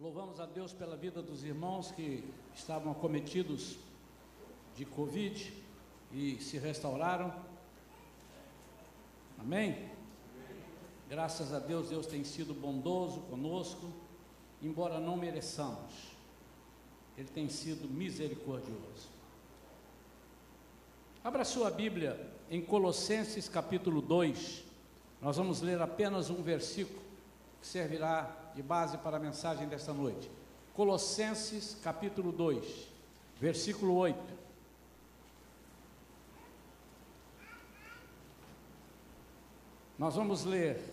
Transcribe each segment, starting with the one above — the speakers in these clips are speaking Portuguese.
Louvamos a Deus pela vida dos irmãos que estavam acometidos de Covid e se restauraram. Amém? Graças a Deus, Deus tem sido bondoso conosco, embora não mereçamos. Ele tem sido misericordioso. Abra sua Bíblia em Colossenses capítulo 2. Nós vamos ler apenas um versículo que servirá de base para a mensagem desta noite. Colossenses capítulo 2, versículo 8. Nós vamos ler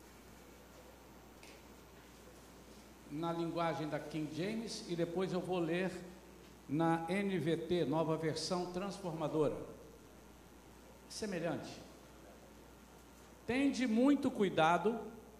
na linguagem da King James e depois eu vou ler na NVT, nova versão transformadora. Semelhante. Tende muito cuidado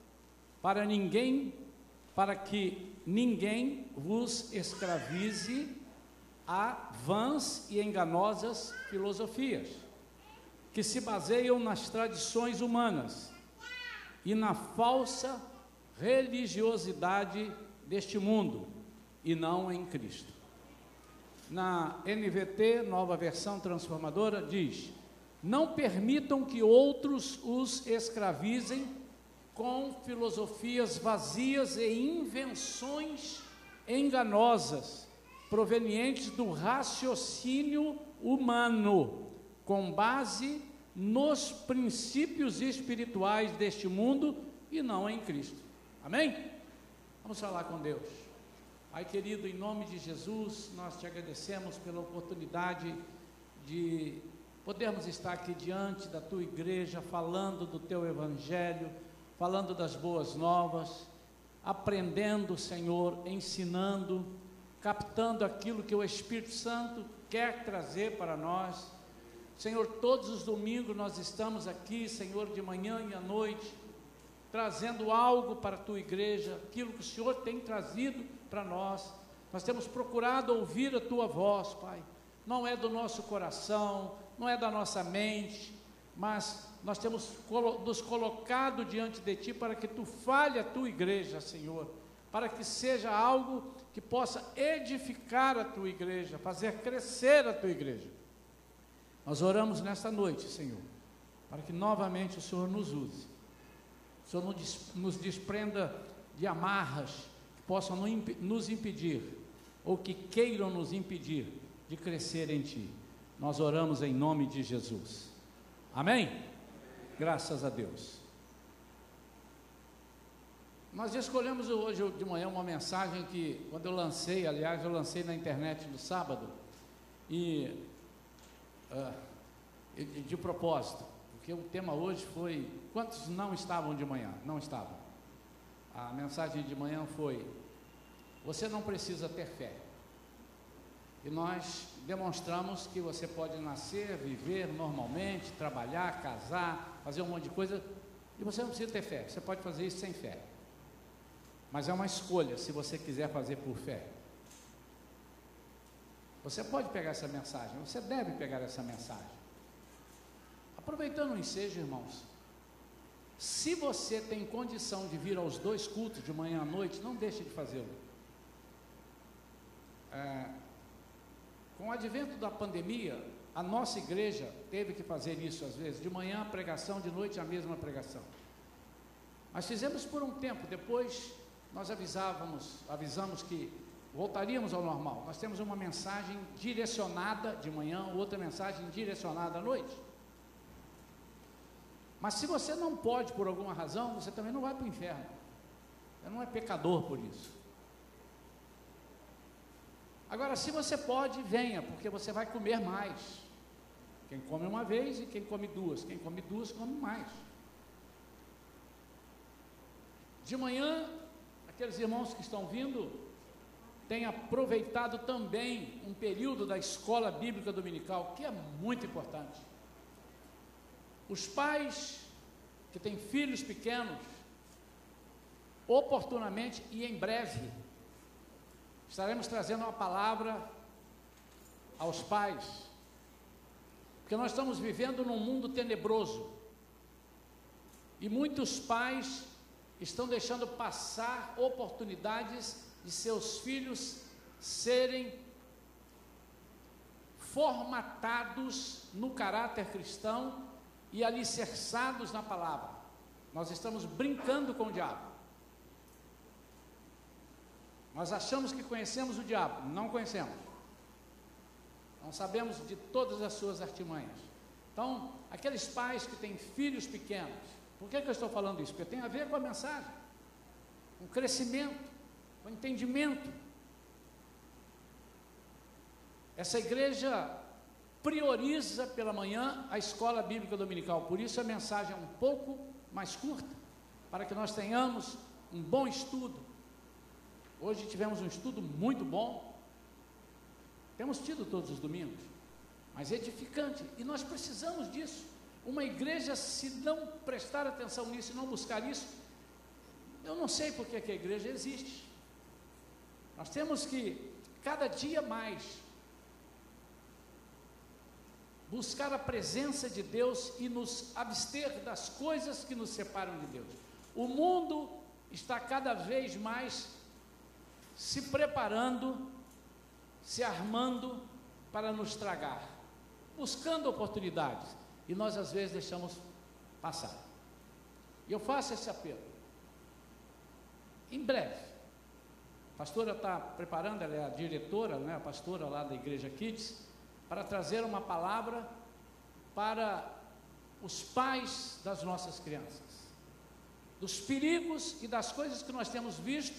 para que ninguém vos escravize a vãs e enganosas filosofias, que se baseiam nas tradições humanas e na falsa religiosidade deste mundo, e não em Cristo. Na NVT, nova versão transformadora, diz: não permitam que outros os escravizem com filosofias vazias e invenções enganosas, provenientes do raciocínio humano, com base nos princípios espirituais deste mundo e não em Cristo. Amém? Vamos falar com Deus. Pai querido, em nome de Jesus, nós te agradecemos pela oportunidade de podermos estar aqui diante da tua igreja, falando do teu evangelho, falando das boas novas, aprendendo, Senhor, ensinando, captando aquilo que o Espírito Santo quer trazer para nós. Senhor, todos os domingos nós estamos aqui, Senhor, de manhã e à noite, trazendo algo para a tua igreja, aquilo que o Senhor tem trazido para nós. Nós temos procurado ouvir a tua voz, Pai. Não é do nosso coração, não é da nossa mente, mas nós temos nos colocado diante de Ti para que Tu fale a Tua igreja, Senhor, para que seja algo que possa edificar a Tua igreja, fazer crescer a Tua igreja. Nós oramos nesta noite, Senhor, para que novamente o Senhor nos use, o Senhor nos desprenda de amarras que possam nos impedir, ou que queiram nos impedir de crescer em Ti. Nós oramos em nome de Jesus. Amém? Graças a Deus. Nós escolhemos hoje de manhã uma mensagem que, quando eu lancei na internet no sábado, e de propósito, porque o tema hoje foi: quantos não estavam de manhã? Não estavam. A mensagem de manhã foi: você não precisa ter fé. E nós demonstramos que você pode nascer, viver normalmente, trabalhar, casar, fazer um monte de coisa, e você não precisa ter fé. Você pode fazer isso sem fé, mas é uma escolha se você quiser fazer por fé. Você pode pegar essa mensagem, você deve pegar essa mensagem. Aproveitando o ensejo, irmãos, se você tem condição de vir aos 2 cultos, de manhã à noite, não deixe de fazê-lo. Com o advento da pandemia, a nossa igreja teve que fazer isso às vezes, de manhã a pregação, de noite a mesma pregação. Mas fizemos por um tempo, depois nós avisamos que voltaríamos ao normal. Nós temos uma mensagem direcionada de manhã, outra mensagem direcionada à noite. Mas se você não pode por alguma razão, você também não vai para o inferno. Você não é pecador por isso. Agora, se você pode, venha, porque você vai comer mais. Quem come uma vez e quem come 2. Quem come 2, come mais. De manhã, aqueles irmãos que estão vindo, têm aproveitado também um período da escola bíblica dominical, que é muito importante. Os pais que têm filhos pequenos, oportunamente e em breve, estaremos trazendo uma palavra aos pais, porque nós estamos vivendo num mundo tenebroso, e muitos pais estão deixando passar oportunidades de seus filhos serem formatados no caráter cristão e alicerçados na palavra. Nós estamos brincando com o diabo. Nós achamos que conhecemos o diabo, não conhecemos. Não sabemos de todas as suas artimanhas. Então, aqueles pais que têm filhos pequenos, por que eu estou falando isso? Porque tem a ver com a mensagem, com o crescimento, com o entendimento. Essa igreja prioriza pela manhã a escola bíblica dominical, por isso a mensagem é um pouco mais curta, para que nós tenhamos um bom estudo. Hoje tivemos um estudo muito bom, temos tido todos os domingos, mas edificante, e nós precisamos disso. Uma igreja, se não prestar atenção nisso e não buscar isso, eu não sei por que a igreja existe. Nós temos que, cada dia mais, buscar a presença de Deus e nos abster das coisas que nos separam de Deus. O mundo está cada vez mais se preparando, se armando para nos tragar, buscando oportunidades, e nós às vezes deixamos passar. E eu faço esse apelo. Em breve, a pastora está preparando, ela é a diretora, né, a pastora lá da Igreja Kids, para trazer uma palavra para os pais das nossas crianças, dos perigos e das coisas que nós temos visto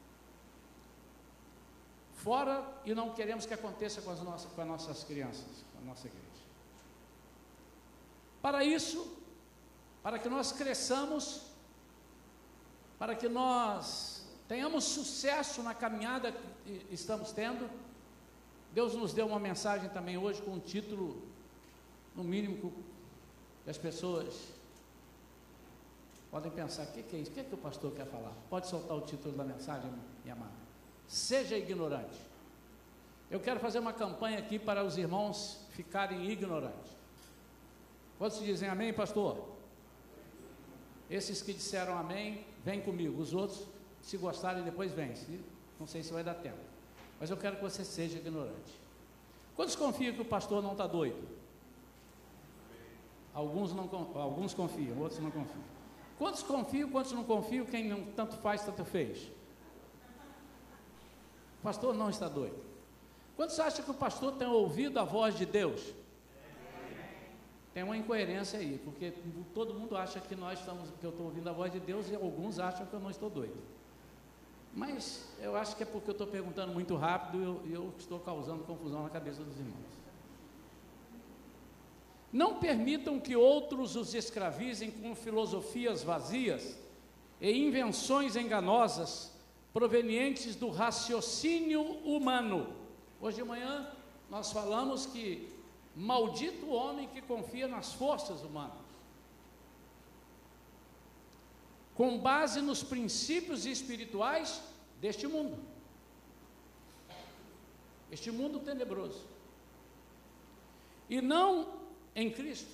fora e não queremos que aconteça com as nossas crianças, com a nossa igreja. Para isso, para que nós cresçamos, para que nós tenhamos sucesso na caminhada que estamos tendo, Deus nos deu uma mensagem também hoje com um título, no mínimo, que as pessoas podem pensar, o que é isso? O que é que o pastor quer falar? Pode soltar o título da mensagem, minha amada. Seja ignorante. Eu quero fazer uma campanha aqui para os irmãos ficarem ignorantes. Quantos dizem amém, pastor? Esses que disseram amém, vem comigo. Os outros, se gostarem, depois vem. Não sei se vai dar tempo. Mas eu quero que você seja ignorante. Quantos confiam que o pastor não está doido? Alguns confiam, outros não confiam. Quantos confiam, quantos não confiam? Quem não tanto faz, tanto fez. O pastor não está doido. Quantos acham que o pastor tem ouvido a voz de Deus? Tem uma incoerência aí, porque todo mundo acha que que eu estou ouvindo a voz de Deus, e alguns acham que eu não estou doido. Mas eu acho que é porque eu estou perguntando muito rápido e eu estou causando confusão na cabeça dos irmãos. Não permitam que outros os escravizem com filosofias vazias e invenções enganosas provenientes do raciocínio humano. Hoje de manhã nós falamos que maldito o homem que confia nas forças humanas, com base nos princípios espirituais deste mundo, este mundo tenebroso, e não em Cristo.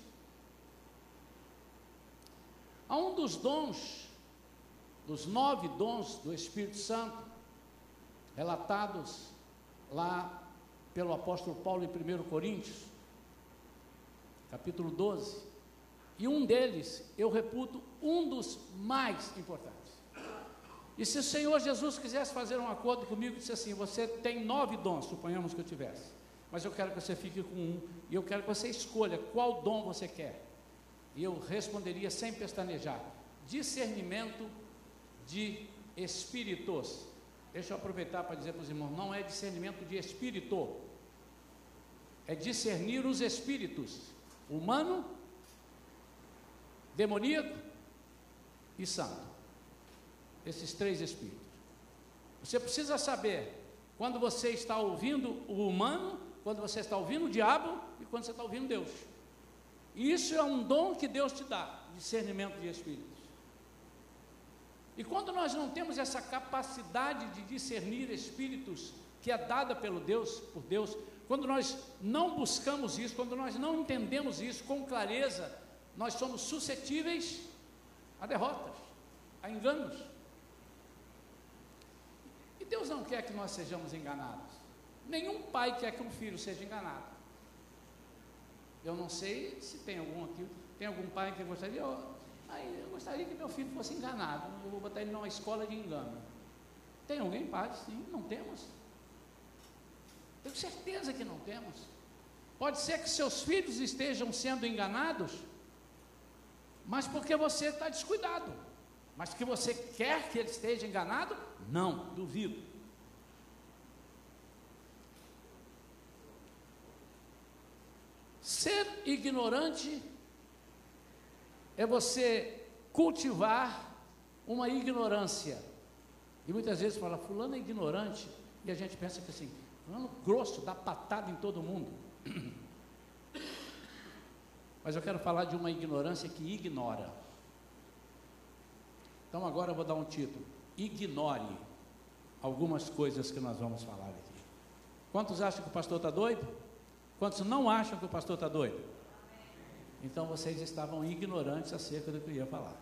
Há um dos dons, dos 9 dons do Espírito Santo, relatados lá pelo apóstolo Paulo em 1 Coríntios, capítulo 12, e um deles, eu reputo, um dos mais importantes. E se o Senhor Jesus quisesse fazer um acordo comigo, disse assim: você tem 9 dons, suponhamos que eu tivesse, mas eu quero que você fique com um, e eu quero que você escolha qual dom você quer. E eu responderia sem pestanejar: discernimento de espíritos. Deixa eu aproveitar para dizer para os irmãos, não é discernimento de espírito, é discernir os espíritos, humano, demoníaco e santo. Esses 3 espíritos. Você precisa saber quando você está ouvindo o humano, quando você está ouvindo o diabo e quando você está ouvindo Deus. E isso é um dom que Deus te dá, discernimento de espíritos. E quando nós não temos essa capacidade de discernir espíritos, que é dada por Deus, quando nós não buscamos isso, quando nós não entendemos isso com clareza, nós somos suscetíveis a derrotas, a enganos. E Deus não quer que nós sejamos enganados. Nenhum pai quer que um filho seja enganado. Eu não sei se tem algum aqui, tem algum pai que gostaria, eu gostaria que meu filho fosse enganado, eu vou botar ele numa escola de engano. Tem alguém, pai? Sim, não temos. Tenho certeza que não temos. Pode ser que seus filhos estejam sendo enganados, mas porque você está descuidado. Mas que você quer que ele esteja enganado? Não, duvido. Ser ignorante é você cultivar uma ignorância. E muitas vezes fala, fulano é ignorante, e a gente pensa que assim, fulano grosso, dá patada em todo mundo. Mas eu quero falar de uma ignorância que ignora. Então agora eu vou dar um título: ignore algumas coisas que nós vamos falar aqui. Quantos acham que o pastor está doido? Quantos não acham que o pastor está doido? Então vocês estavam ignorantes acerca do que eu ia falar.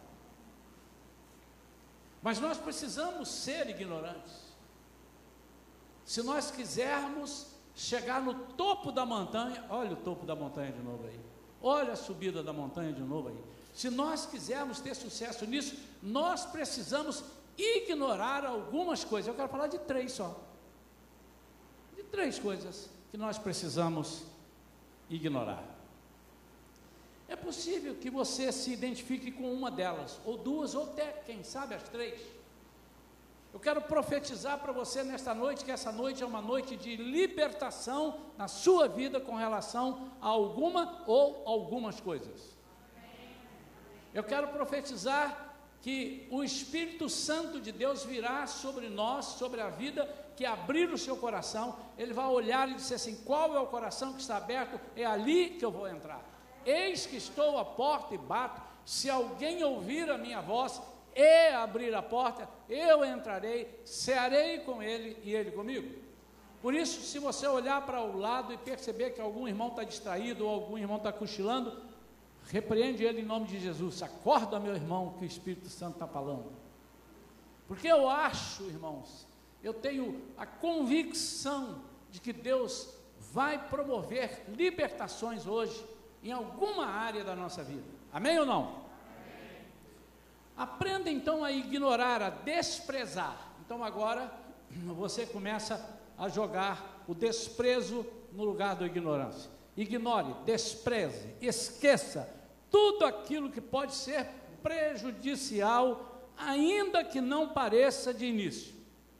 Mas nós precisamos ser ignorantes. Se nós quisermos chegar no topo da montanha, olha o topo da montanha de novo aí, olha a subida da montanha de novo aí. Se nós quisermos ter sucesso nisso, nós precisamos ignorar algumas coisas. Eu quero falar de 3 só. De 3 coisas que nós precisamos ignorar. É possível que você se identifique com uma delas, ou 2, ou até, quem sabe, as 3. Eu quero profetizar para você nesta noite, que essa noite é uma noite de libertação na sua vida com relação a alguma ou algumas coisas. Eu quero profetizar que o Espírito Santo de Deus virá sobre nós, sobre a vida, que abrir o seu coração, ele vai olhar e dizer assim, qual é o coração que está aberto? É ali que eu vou entrar. Eis que estou à porta e bato, se alguém ouvir a minha voz e abrir a porta, eu entrarei, cearei com ele e ele comigo. Por isso, se você olhar para o lado e perceber que algum irmão está distraído ou algum irmão está cochilando, repreende ele em nome de Jesus. Acorda, meu irmão, que o Espírito Santo está falando. Porque eu acho, irmãos, eu tenho a convicção de que Deus vai promover libertações hoje em alguma área da nossa vida. Amém ou não? Amém. Aprenda então a ignorar, a desprezar. Então agora você começa a jogar o desprezo no lugar da ignorância. Ignore, despreze, esqueça tudo aquilo que pode ser prejudicial, ainda que não pareça de início.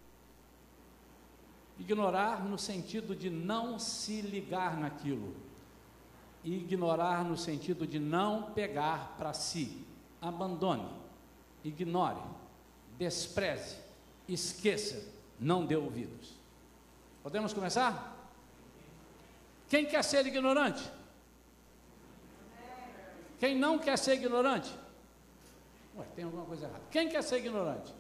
Ignorar no sentido de não se ligar naquilo. Ignorar no sentido de não pegar para si. Abandone, ignore, despreze, esqueça, não dê ouvidos. Podemos começar? Quem quer ser ignorante? Quem não quer ser ignorante? Ué, tem alguma coisa errada. Quem quer ser ignorante?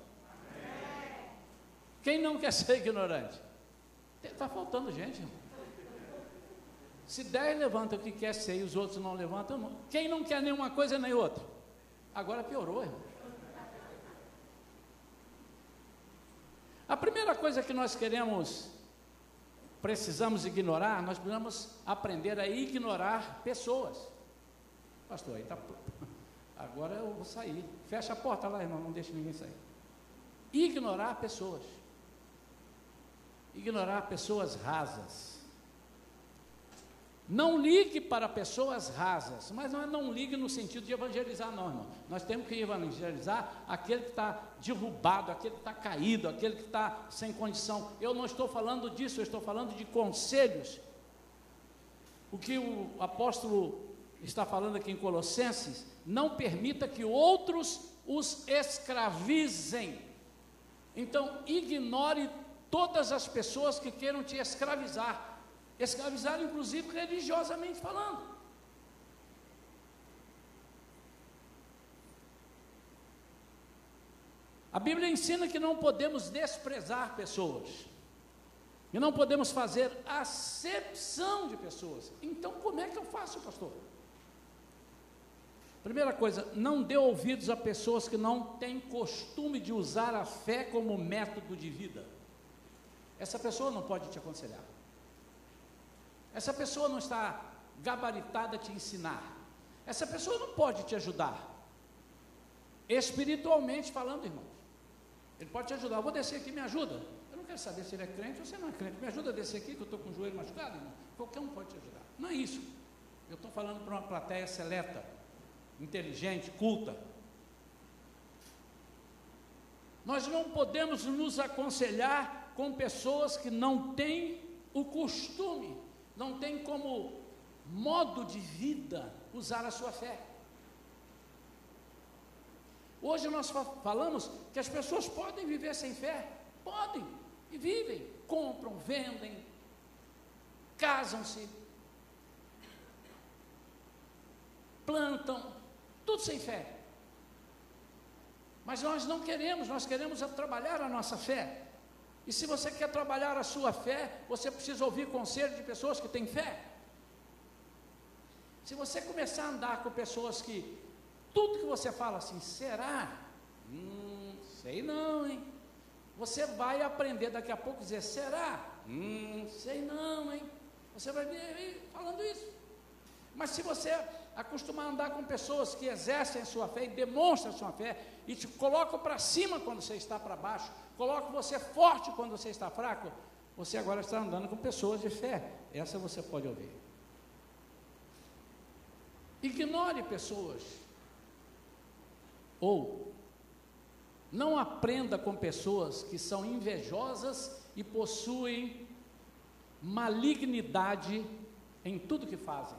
Quem não quer ser ignorante? Está faltando gente, irmão. Se 10 levantam o que quer ser e os outros não levantam, não. Quem não quer nenhuma coisa nem outra? Agora piorou, irmão. A primeira coisa que nós precisamos ignorar, nós precisamos aprender a ignorar pessoas. Pastor, aí está. Agora eu vou sair. Fecha a porta lá, irmão, não deixe ninguém sair. Ignorar pessoas. Ignorar pessoas rasas. Não ligue para pessoas rasas, mas não ligue no sentido de evangelizar, não, irmão. Nós temos que evangelizar aquele que está derrubado, aquele que está caído, aquele que está sem condição. Eu não estou falando disso, eu estou falando de conselhos. O que o apóstolo está falando aqui em Colossenses, não permita que outros os escravizem. Então, ignore todas as pessoas que queiram te escravizar. Escravizar, inclusive, religiosamente falando. A Bíblia ensina que não podemos desprezar pessoas. E não podemos fazer acepção de pessoas. Então, como é que eu faço, pastor? Primeira coisa, não dê ouvidos a pessoas que não têm costume de usar a fé como método de vida. essa pessoa não pode te aconselhar. Essa pessoa não está gabaritada a te ensinar. Essa pessoa não pode te ajudar. Espiritualmente falando, irmãos. Ele pode te ajudar. Eu vou descer aqui, me ajuda. Eu não quero saber se ele é crente ou se não é crente. Me ajuda a descer aqui, que eu estou com o joelho machucado, irmão. Qualquer um pode te ajudar. Não é isso. Eu estou falando para uma plateia seleta, inteligente, culta. Nós não podemos nos aconselhar com pessoas que não têm o costume, não têm como modo de vida usar a sua fé. Hoje nós falamos que as pessoas podem viver sem fé, podem, e vivem, compram, vendem, casam-se, plantam, tudo sem fé. Mas nós não queremos, nós queremos trabalhar a nossa fé. E se você quer trabalhar a sua fé, você precisa ouvir conselho de pessoas que têm fé. Se você começar a andar com pessoas que tudo que você fala assim, será? Sei não, hein? Você vai aprender daqui a pouco dizer, será? Sei não, hein? Você vai vir falando isso. Mas se você acostumar a andar com pessoas que exercem a sua fé e demonstram a sua fé, e te colocam para cima quando você está para baixo, colocam você forte quando você está fraco, você agora está andando com pessoas de fé. Essa você pode ouvir. Ignore pessoas. Ou não aprenda com pessoas que são invejosas e possuem malignidade em tudo que fazem.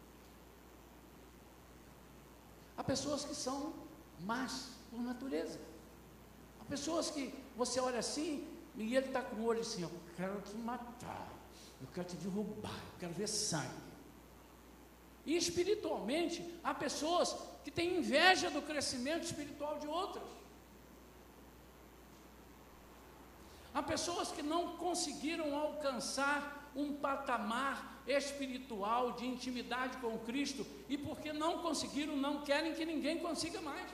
Há pessoas que são más por natureza. Há pessoas que você olha assim e ele está com o olho assim, eu quero te matar, eu quero te derrubar, eu quero ver sangue. E espiritualmente, há pessoas que têm inveja do crescimento espiritual de outras. Há pessoas que não conseguiram alcançar um patamar espiritual de intimidade com Cristo, e porque não conseguiram, não querem que ninguém consiga mais.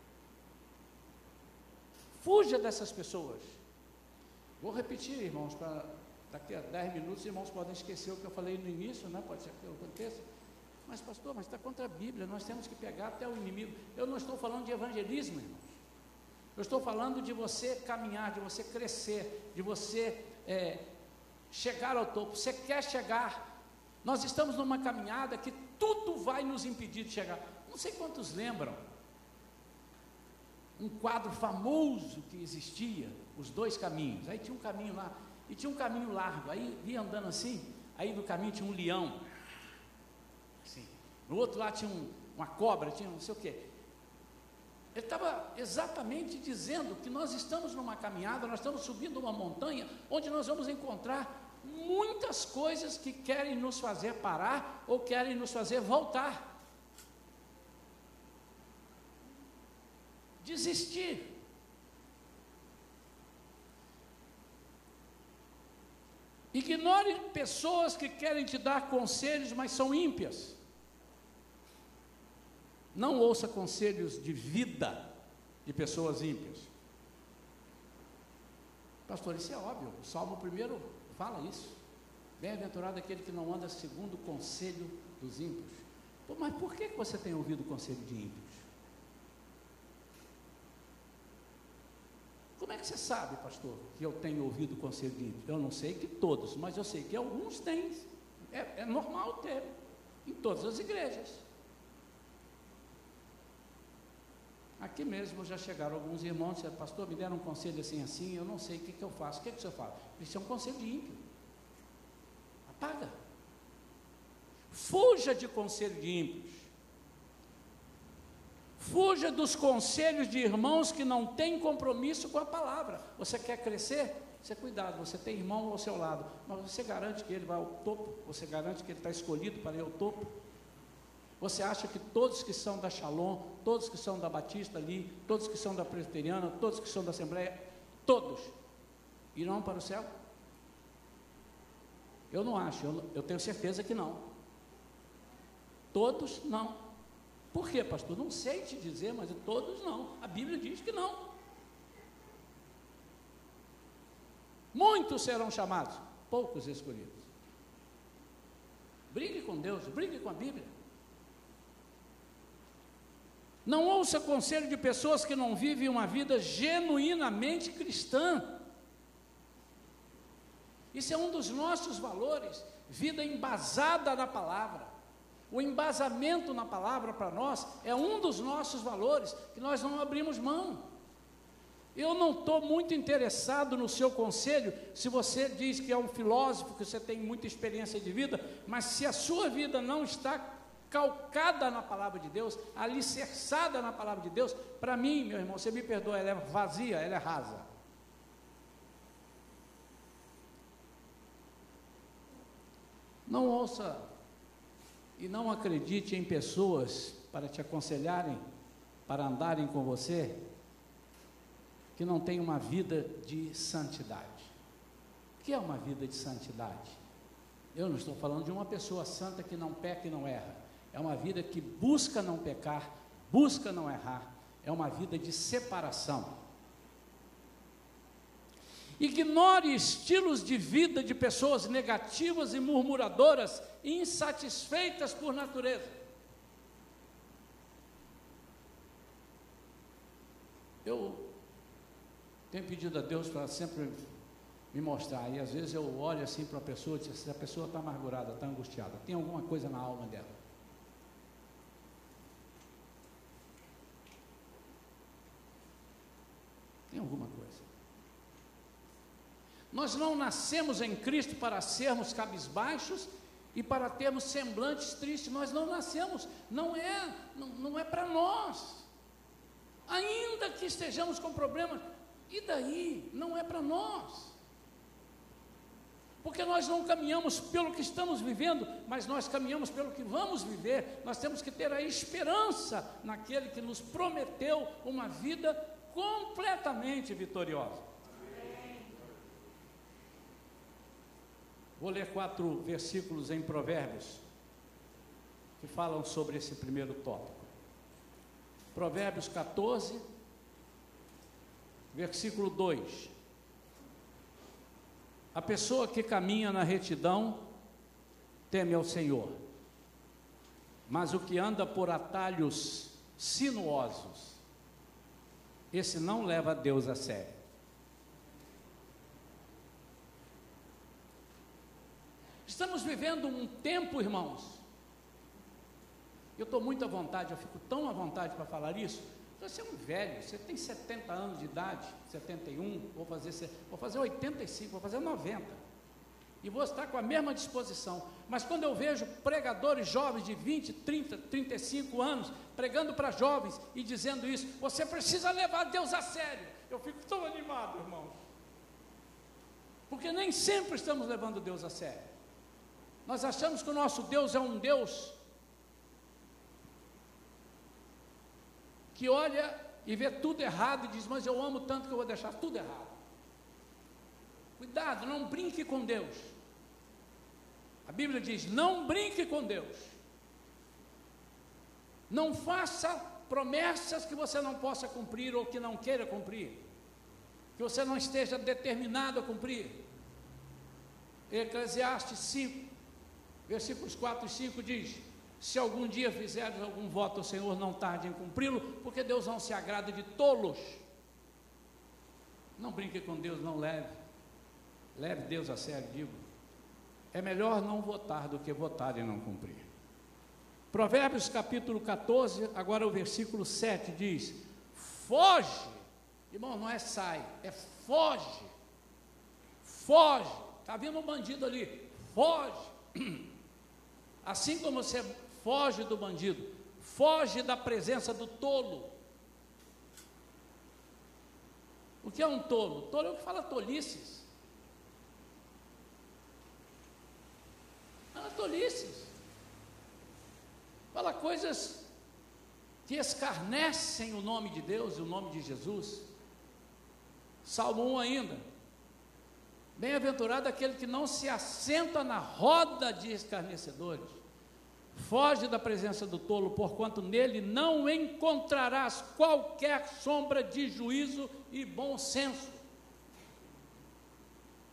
Fuja dessas pessoas. Vou repetir, irmãos, para daqui a 10 minutos, os irmãos podem esquecer o que eu falei no início, né? Pode ser que aconteça. Mas pastor, mas está contra a Bíblia, nós temos que pegar até o inimigo. Eu não estou falando de evangelismo, irmãos. Eu estou falando de você caminhar, de você crescer, de você chegar ao topo. Você quer chegar. Nós estamos numa caminhada que tudo vai nos impedir de chegar. Não sei quantos lembram um quadro famoso que existia, os dois caminhos. Aí tinha um caminho lá, e tinha um caminho largo. Aí ia andando assim, aí no caminho tinha um leão. Assim. No outro lado tinha uma cobra, tinha não sei o quê. Ele estava exatamente dizendo que nós estamos numa caminhada, nós estamos subindo uma montanha, onde nós vamos encontrar muitas coisas que querem nos fazer parar, ou querem nos fazer voltar. Desistir. Ignore pessoas que querem te dar conselhos, mas são ímpias. Não ouça conselhos de vida de pessoas ímpias. Pastor, isso é óbvio. O Salmo 1 fala isso. Bem-aventurado aquele que não anda segundo o conselho dos ímpios. Pô, mas por que você tem ouvido o conselho de ímpios? Como é que você sabe, pastor, que eu tenho ouvido o conselho de ímpios? Eu não sei que todos, mas eu sei que alguns têm. É normal ter, em todas as igrejas. Aqui mesmo já chegaram alguns irmãos e disseram, pastor, me deram um conselho assim, eu não sei o que eu faço. O que o senhor fala? Isso é um conselho de ímpio. Apaga. Fuja de conselho de ímpios. Fuja dos conselhos de irmãos que não têm compromisso com a palavra. Você quer crescer? Você cuidado, você tem irmão ao seu lado, mas você garante que ele vai ao topo? Você garante que ele está escolhido para ir ao topo? Você acha que todos que são da Shalom, todos que são da Batista ali, todos que são da Presbiteriana, todos que são da Assembleia, todos irão para o céu? Eu não acho, eu tenho certeza que não. Todos não. Por quê, pastor? Não sei te dizer, mas todos não. A Bíblia diz que não. Muitos serão chamados, poucos escolhidos. Brigue com Deus, brigue com a Bíblia. Não ouça conselho de pessoas que não vivem uma vida genuinamente cristã. Isso é um dos nossos valores, vida embasada na palavra. O embasamento na palavra para nós é um dos nossos valores, que nós não abrimos mão. Eu não estou muito interessado no seu conselho, se você diz que é um filósofo, que você tem muita experiência de vida, mas se a sua vida não está calcada na palavra de Deus, alicerçada na palavra de Deus, para mim, meu irmão, você me perdoa, ela é vazia, ela é rasa. Não ouça e não acredite em pessoas para te aconselharem, para andarem com você, que não tem uma vida de santidade. O que é uma vida de santidade? Eu não estou falando de uma pessoa santa que não peca e não erra. É uma vida que busca não pecar, busca não errar. É uma vida de separação. Ignore estilos de vida de pessoas negativas e murmuradoras, insatisfeitas por natureza. Eu tenho pedido a Deus para sempre me mostrar, e às vezes eu olho assim para a pessoa e digo, se a pessoa está amargurada, está angustiada, tem alguma coisa na alma dela. Tem alguma coisa. Nós não nascemos em Cristo para sermos cabisbaixos e para termos semblantes tristes. Nós não nascemos, não é para nós. Ainda que estejamos com problemas, e daí? Não é para nós. Porque nós não caminhamos pelo que estamos vivendo, mas nós caminhamos pelo que vamos viver. Nós temos que ter a esperança naquele que nos prometeu uma vida completamente vitoriosa. Vou ler 4 versículos em Provérbios, que falam sobre esse primeiro tópico. Provérbios 14, versículo 2. A pessoa que caminha na retidão teme ao Senhor, mas o que anda por atalhos sinuosos, esse não leva a Deus a sério. Estamos vivendo um tempo, irmãos, eu estou muito à vontade, eu fico tão à vontade para falar isso. Você é um velho, você tem 70 anos de idade, 71, vou fazer 85, vou fazer 90, e vou estar com a mesma disposição. Mas quando eu vejo pregadores jovens de 20, 30, 35 anos, pregando para jovens e dizendo isso, você precisa levar Deus a sério, eu fico tão animado, irmão, porque nem sempre estamos levando Deus a sério. Nós achamos que o nosso Deus é um Deus que olha e vê tudo errado e diz, mas eu amo tanto que eu vou deixar tudo errado. Cuidado, não brinque com Deus. A Bíblia diz, não brinque com Deus. Não faça promessas que você não possa cumprir ou que não queira cumprir, que você não esteja determinado a cumprir. Eclesiastes 5, versículos 4 e 5 diz, se algum dia fizeres algum voto ao Senhor, não tarde em cumpri-lo, porque Deus não se agrada de tolos. Não brinque com Deus, não leve Deus a sério, digo. É melhor não votar do que votar e não cumprir. Provérbios capítulo 14, agora o versículo 7 diz, foge, irmão, não é sai, é foge, está vindo um bandido ali, foge, assim como você foge do bandido, foge da presença do tolo. O que é um tolo? Tolo é o que fala tolices. Fala tolices. Fala coisas que escarnecem o nome de Deus e o nome de Jesus. Salmo 1 ainda. Bem-aventurado aquele que não se assenta na roda de escarnecedores. Foge da presença do tolo, porquanto nele não encontrarás qualquer sombra de juízo e bom senso.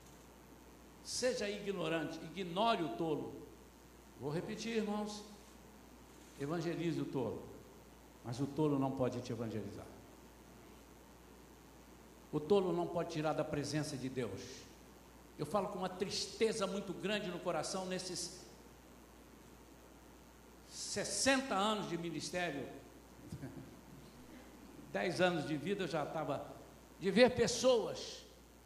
seja ignorante, ignore o tolo. Vou repetir, irmãos, evangelize o tolo, mas o tolo não pode te evangelizar. O tolo não pode tirar da presença de Deus. Eu falo com uma tristeza muito grande no coração nesses 60 anos de ministério, 10 anos de vida eu já estava, de ver pessoas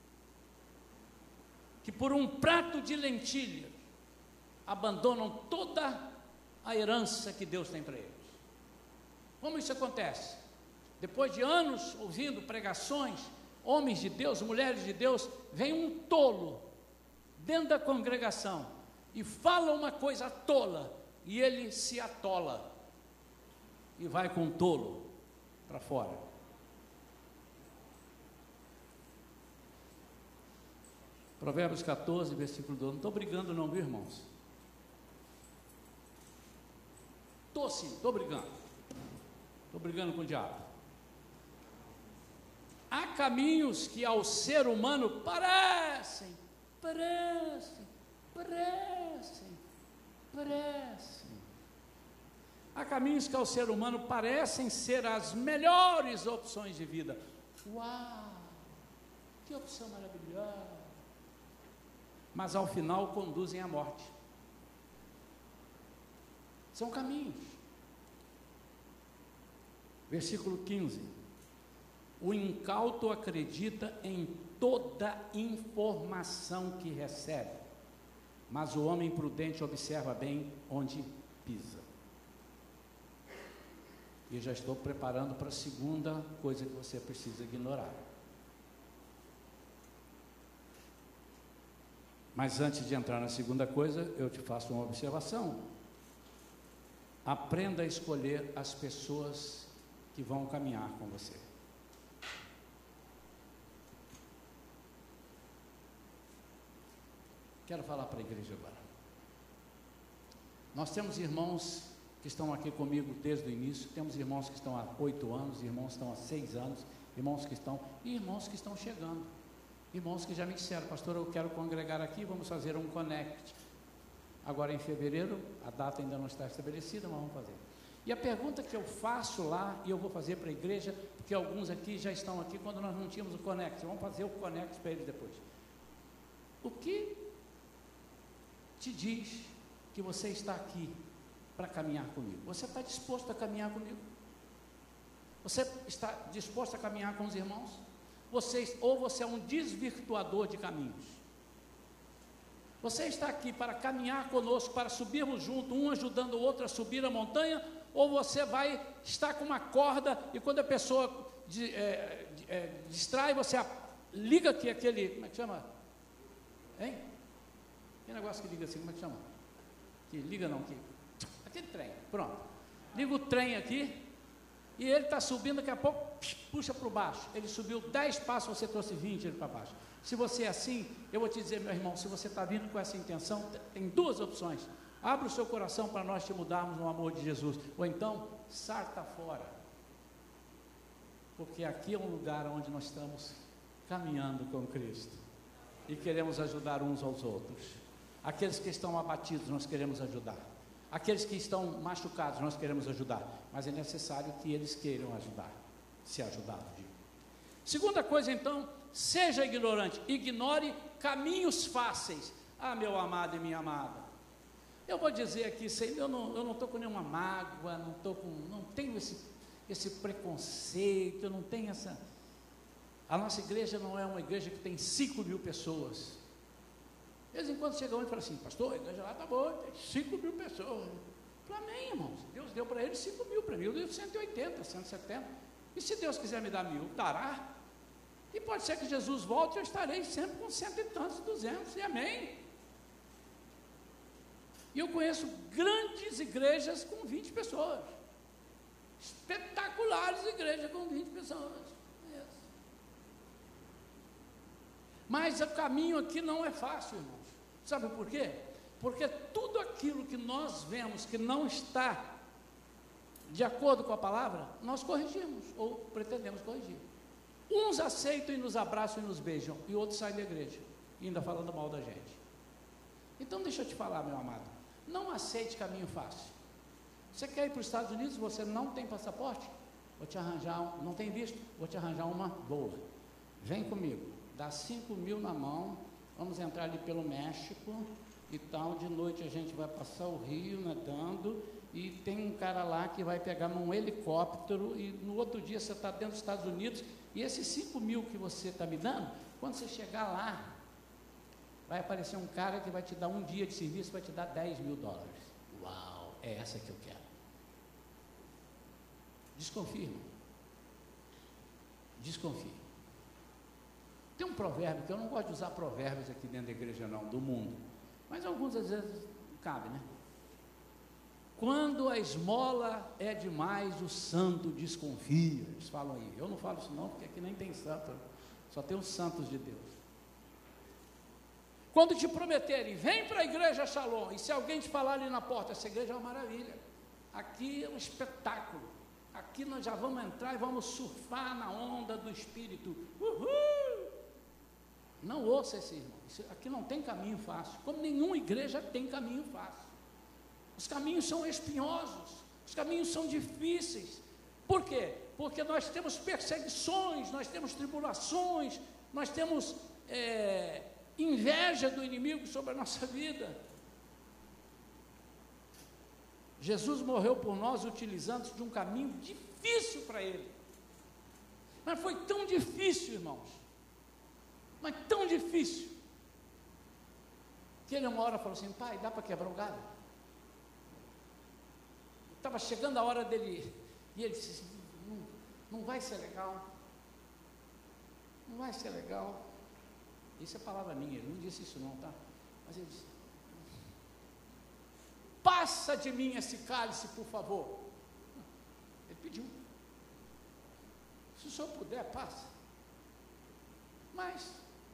que por um prato de lentilha abandonam toda a herança que Deus tem para eles. Como isso acontece? Depois de anos ouvindo pregações, homens de Deus, mulheres de Deus, vem um tolo dentro da congregação e fala uma coisa tola, e ele se atola e vai com o tolo para fora. Provérbios 14, versículo 12. Não estou brigando não, viu, irmãos? Estou sim, estou brigando. Estou brigando com o diabo. Há caminhos que ao ser humano parecem. Há caminhos que ao ser humano parecem ser as melhores opções de vida. Uau! Que opção maravilhosa! Mas ao final conduzem à morte. São caminhos. Versículo 15. O incauto acredita em toda informação que recebe, mas o homem prudente observa bem onde pisa. E já estou preparando para a segunda coisa que você precisa ignorar. Mas antes de entrar na segunda coisa, eu te faço uma observação. Aprenda a escolher as pessoas que vão caminhar com você. Quero falar para a igreja agora. Nós temos irmãos que estão aqui comigo desde o início, temos irmãos que estão há 8 anos, irmãos que estão há 6 anos, irmãos que estão chegando, irmãos que já me disseram, pastor, eu quero congregar aqui, vamos fazer um connect. Agora em fevereiro, a data ainda não está estabelecida, mas vamos fazer. E a pergunta que eu faço lá, e eu vou fazer para a igreja, porque alguns aqui já estão aqui quando nós não tínhamos o connect, vamos fazer o connect para eles depois. O que te diz que você está aqui para caminhar comigo? Você está disposto a caminhar comigo? Você está disposto a caminhar com os irmãos? Ou você é um desvirtuador de caminhos? Você está aqui para caminhar conosco, para subirmos juntos, um ajudando o outro a subir a montanha, ou você vai estar com uma corda e quando a pessoa distrai, você liga aqui aquele, como é que chama? Hein? Que negócio que liga assim, como é que chama? Que liga não, aquele trem, pronto. Liga o trem aqui, e ele está subindo, daqui a pouco, puxa para baixo. Ele subiu 10 passos, você trouxe 20 ele para baixo. Se você é assim, eu vou te dizer, meu irmão, se você está vindo com essa intenção, tem 2 opções. Abra o seu coração para nós te mudarmos no amor de Jesus, ou então, sarta fora. Porque aqui é um lugar onde nós estamos caminhando com Cristo, e queremos ajudar uns aos outros. Aqueles que estão abatidos, nós queremos ajudar. Aqueles que estão machucados, nós queremos ajudar. Mas é necessário que eles queiram ajudar, se ajudados. Segunda coisa, então, seja ignorante. Ignore caminhos fáceis. Ah, meu amado e minha amada, eu vou dizer aqui, eu não estou com nenhuma mágoa, não tenho esse preconceito, eu não tenho essa... A nossa igreja não é uma igreja que tem 5.000 pessoas. De vez em quando chega um e fala assim, pastor, a igreja lá está boa, tem 5.000 pessoas. Para mim, irmãos, Deus deu para eles 5.000, para mim eu dei 180, 170. E se Deus quiser me dar 1.000, dará. E pode ser que Jesus volte e eu estarei sempre com 100 e tantos, 200, e amém. E eu conheço grandes igrejas com 20 pessoas. Espetaculares igrejas com 20 pessoas. Mas o caminho aqui não é fácil, irmãos. Sabe por quê? Porque tudo aquilo que nós vemos que não está de acordo com a palavra, nós corrigimos, ou pretendemos corrigir. Uns aceitam e nos abraçam e nos beijam, e outros saem da igreja, ainda falando mal da gente. Então deixa eu te falar, meu amado, não aceite caminho fácil. Você quer ir para os Estados Unidos, você não tem passaporte? Vou te arranjar, não tem visto? Vou te arranjar uma boa. Vem comigo, dá 5.000 na mão, vamos entrar ali pelo México e tal, de noite a gente vai passar o rio nadando, e tem um cara lá que vai pegar num helicóptero, e no outro dia você está dentro dos Estados Unidos, e esses 5.000 que você está me dando, quando você chegar lá, vai aparecer um cara que vai te dar um dia de serviço, vai te dar $10.000. Uau, é essa que eu quero. Desconfie, irmão. Desconfie. Tem um provérbio, que eu não gosto de usar provérbios aqui dentro da igreja não, do mundo, mas alguns às vezes cabe, né? Quando a esmola é demais, o santo desconfia. Eles falam aí. Eu não falo isso não, porque aqui nem tem santo, só tem os santos de Deus. Quando te prometerem, vem para a igreja Shalom, e se alguém te falar ali na porta, essa igreja é uma maravilha, aqui é um espetáculo, aqui nós já vamos entrar e vamos surfar na onda do Espírito, uhul! Não ouça esse irmão, aqui não tem caminho fácil, como nenhuma igreja tem caminho fácil. Os caminhos são espinhosos, os caminhos são difíceis. Por quê? Porque nós temos perseguições, nós temos tribulações, nós temos inveja do inimigo sobre a nossa vida. Jesus morreu por nós utilizando de um caminho difícil para ele. Mas foi tão difícil, irmãos, mas tão difícil, que ele uma hora falou assim: pai, dá para quebrar o galho? Estava chegando a hora dele, e ele disse assim: não vai ser legal, não vai ser legal. Isso é palavra minha, ele não disse isso não, tá? Mas ele disse: passa de mim esse cálice, por favor. Ele pediu: se o senhor puder, passa, mas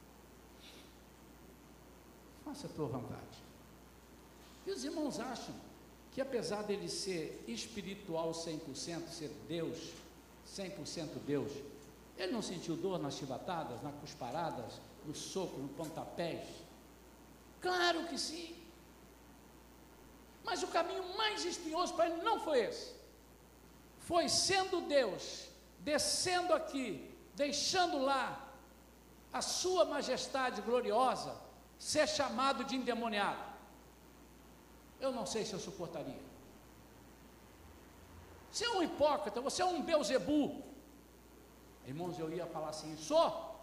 faça a tua vontade. E os irmãos acham que apesar dele ser espiritual 100%, ser Deus, 100% Deus, ele não sentiu dor nas chibatadas, nas cusparadas, no soco, no pontapés? Claro que sim. Mas o caminho mais espinhoso para ele não foi esse. Foi sendo Deus, descendo aqui, deixando lá a sua majestade gloriosa, ser chamado de endemoniado. Eu não sei se eu suportaria. Você é um hipócrita, você é um Beuzebu. Irmãos, eu ia falar assim: só,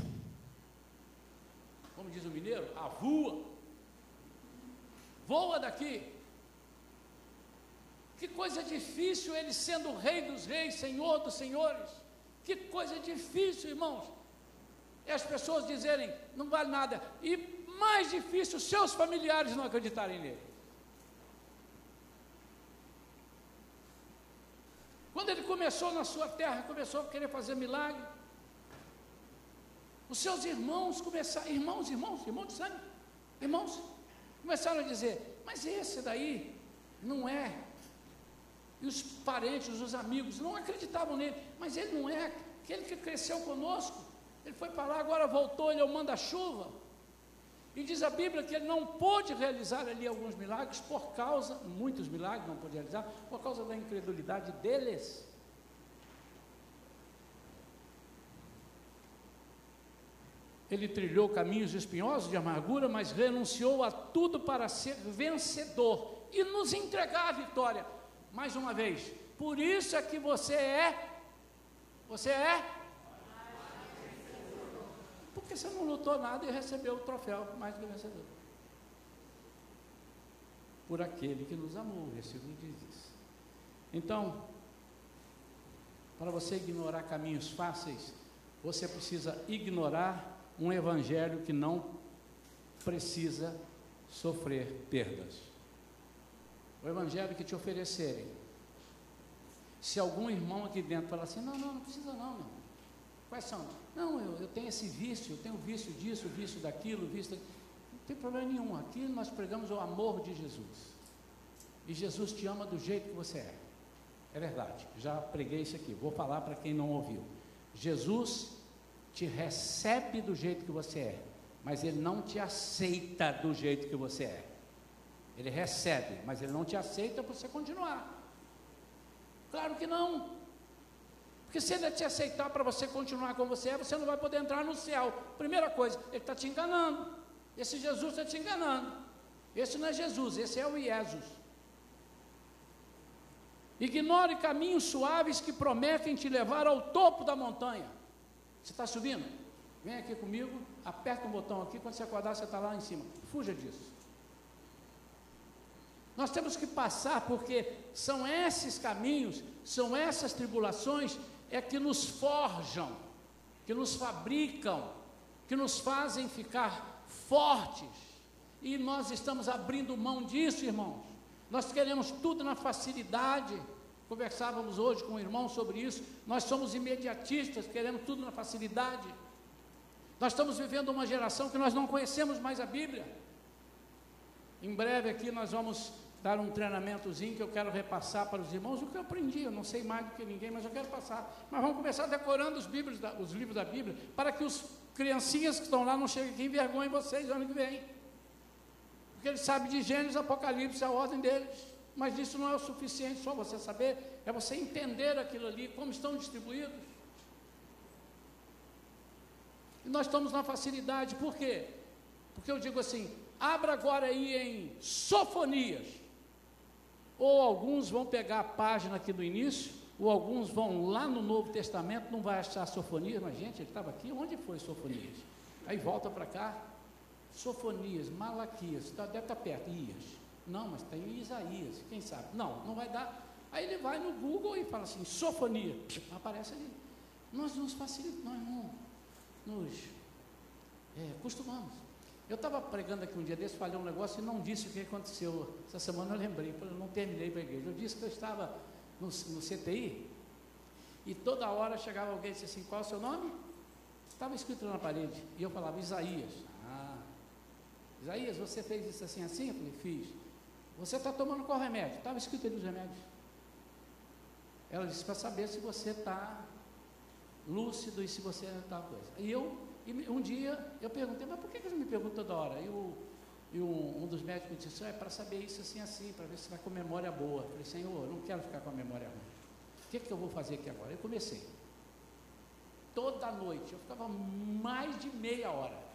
como diz o mineiro, avua, voa daqui. Que coisa difícil ele sendo o rei dos reis, senhor dos senhores. Que coisa difícil, irmãos. E as pessoas dizerem: não vale nada. E mais difícil, seus familiares não acreditarem nele. Quando ele começou na sua terra, começou a querer fazer milagre, os seus irmãos começaram, irmãos de sangue, irmãos, começaram a dizer: mas esse daí não é. E os parentes, os amigos não acreditavam nele. Mas ele não é aquele que cresceu conosco. Ele foi para lá, agora voltou, ele é o manda-chuva. E diz a Bíblia que ele não pôde realizar ali alguns milagres por causa, muitos milagres não pôde realizar, por causa da incredulidade deles. Ele trilhou caminhos espinhosos de amargura, mas renunciou a tudo para ser vencedor e nos entregar a vitória. Mais uma vez, por isso é que você é, porque você não lutou nada e recebeu o troféu mais do que vencedor. Por aquele que nos amou, o versículo diz isso. Então, para você ignorar caminhos fáceis, você precisa ignorar um evangelho que não precisa sofrer perdas. O evangelho que te oferecerem. Se algum irmão aqui dentro falar assim: não precisa não, meu. Quais são? Não, eu tenho esse vício, eu tenho vício disso, vício daquilo, vício daquilo. Não tem problema nenhum. Aqui nós pregamos o amor de Jesus. E Jesus te ama do jeito que você é. É verdade, já preguei isso aqui, vou falar para quem não ouviu. Jesus te recebe do jeito que você é, mas Ele não te aceita do jeito que você é. Ele recebe, mas Ele não te aceita para você continuar. Claro que não. Porque se Ele te aceitar para você continuar como você é, você não vai poder entrar no céu. Primeira coisa, Ele está te enganando. Esse Jesus está te enganando. Esse não é Jesus, esse é o Jesus. Ignore caminhos suaves que prometem te levar ao topo da montanha. Você está subindo? Vem aqui comigo, aperta um botão aqui, quando você acordar você está lá em cima. Fuja disso. Nós temos que passar, porque são esses caminhos, são essas tribulações, que nos forjam, que nos fabricam, que nos fazem ficar fortes. E nós estamos abrindo mão disso, irmãos. Nós queremos tudo na facilidade. Conversávamos hoje com o irmão sobre isso. Nós somos imediatistas, queremos tudo na facilidade. Nós estamos vivendo uma geração que nós não conhecemos mais a Bíblia. Em breve aqui nós vamos dar um treinamentozinho que eu quero repassar para os irmãos o que eu aprendi. Eu não sei mais do que ninguém, mas eu quero passar. Mas vamos começar decorando os livros da Bíblia, para que os criancinhas que estão lá não cheguem aqui e envergonhem vocês ano que vem. Porque eles sabem de Gênesis, Apocalipse, a ordem deles. Mas isso não é o suficiente só você saber, é você entender aquilo ali, como estão distribuídos. E nós estamos na facilidade, por quê? Porque eu digo assim, abra agora aí em Sofonias. Ou alguns vão pegar a página aqui do início, ou alguns vão lá no Novo Testamento, não vai achar Sofonias, mas gente, ele estava aqui, onde foi Sofonias? Aí volta para cá, Sofonias, Malaquias, deve estar perto, Ias. Não, mas tem Isaías, quem sabe? Não vai dar. Aí ele vai no Google e fala assim, Sofonia, aparece ali. Nós nos facilitamos, nós nos costumamos. Eu estava pregando aqui um dia desse, falei um negócio e não disse o que aconteceu. Essa semana eu lembrei, eu não terminei para a igreja. Eu disse que eu estava no CTI e toda hora chegava alguém e disse assim, qual é o seu nome? Estava escrito na parede, e eu falava, Isaías. Isaías, você fez isso assim, assim? Eu falei, fiz. Você está tomando qual remédio? Estava escrito ali os remédios. Ela disse, para saber se você está lúcido e se você está coisa. E um dia, eu perguntei, mas por que você me pergunta toda hora? E um dos médicos disse, é para saber isso assim, assim, para ver se vai com memória boa. Eu falei, Senhor, eu não quero ficar com a memória ruim. O que eu vou fazer aqui agora? Eu comecei. Toda noite, eu ficava mais de meia hora.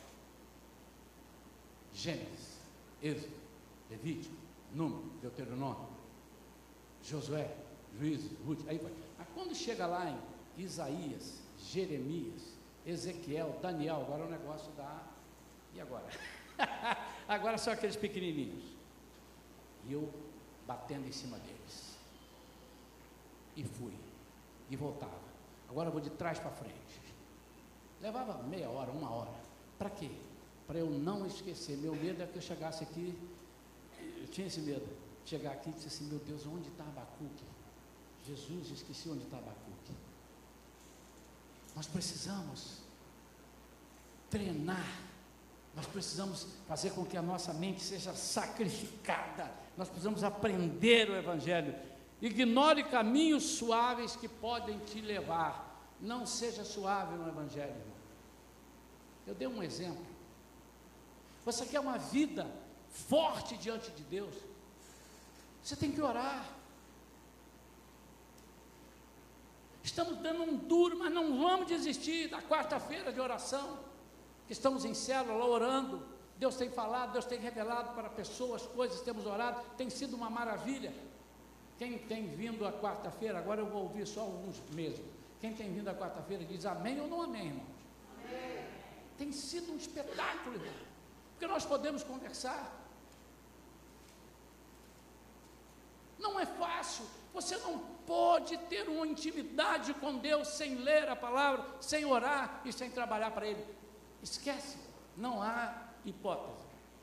Gênesis, Êxodo, Levítico, Número, Deuteronômio, Josué, Juízes, Ruth, aí vai. Mas quando chega lá em Isaías, Jeremias, Ezequiel, Daniel, agora o negócio dá. E agora? Agora são aqueles pequenininhos. E eu batendo em cima deles. E fui. E voltava. Agora eu vou de trás para frente. Levava meia hora, uma hora. Para quê? Para eu não esquecer. Meu medo é que eu chegasse aqui, eu tinha esse medo, chegar aqui e dizer assim, meu Deus, onde está Abacuque? Jesus, esqueci onde está Abacuque. Nós precisamos treinar, nós precisamos fazer com que a nossa mente seja sacrificada, nós precisamos aprender o Evangelho. Ignore caminhos suaves que podem te levar, não seja suave no Evangelho, irmão. Eu dei um exemplo. Você quer uma vida forte diante de Deus? Você tem que orar. Estamos dando um duro, mas não vamos desistir da quarta-feira de oração, que estamos em célula orando. Deus tem falado, Deus tem revelado para pessoas coisas, temos orado, tem sido uma maravilha. Quem tem vindo à quarta-feira, agora eu vou ouvir só alguns mesmo. Quem tem vindo à quarta-feira diz amém ou não amém, irmãos? Amém. Tem sido um espetáculo, irmão, porque nós podemos conversar. Não é fácil, você não pode ter uma intimidade com Deus sem ler a palavra, sem orar e sem trabalhar para Ele. Esquece, não há hipótese.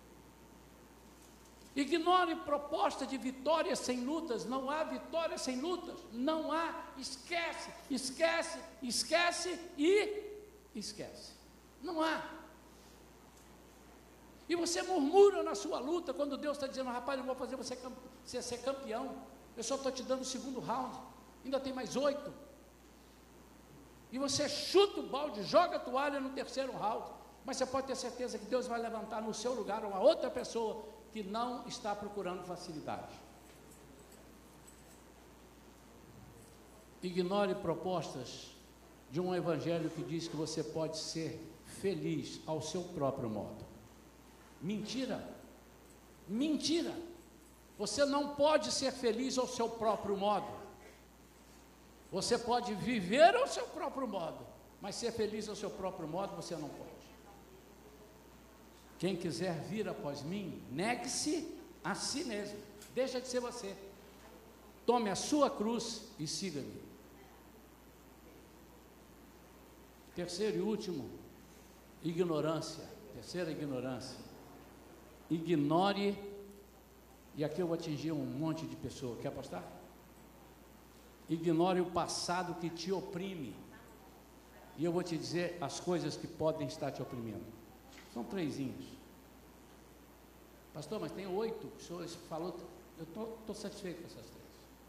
Ignore proposta de vitória sem lutas, não há vitória sem lutas, não há, esquece, esquece, esquece e esquece, não há. E você murmura na sua luta, quando Deus está dizendo, rapaz, eu vou fazer você ser campeão, eu só estou te dando o segundo round, ainda tem mais 8, e você chuta o balde, joga a toalha no terceiro round, Mas você pode ter certeza que Deus vai levantar no seu lugar uma outra pessoa que não está procurando facilidade. Ignore propostas de um evangelho que diz que você pode ser feliz ao seu próprio modo. Mentira! Mentira! Você não pode ser feliz ao seu próprio modo. Você pode viver ao seu próprio modo, mas ser feliz ao seu próprio modo você não pode. Quem quiser vir após mim, negue-se a si mesmo. Deixa de ser você. Tome a sua cruz e siga-me. Terceiro e último, ignorância. Terceira ignorância. Ignore, e aqui eu vou atingir um monte de pessoas. Quer apostar? Ignore o passado que te oprime. E eu vou te dizer as coisas que podem estar te oprimindo. São trezinhos. Pastor, mas tem 8. O senhor falou, eu estou satisfeito com essas 3.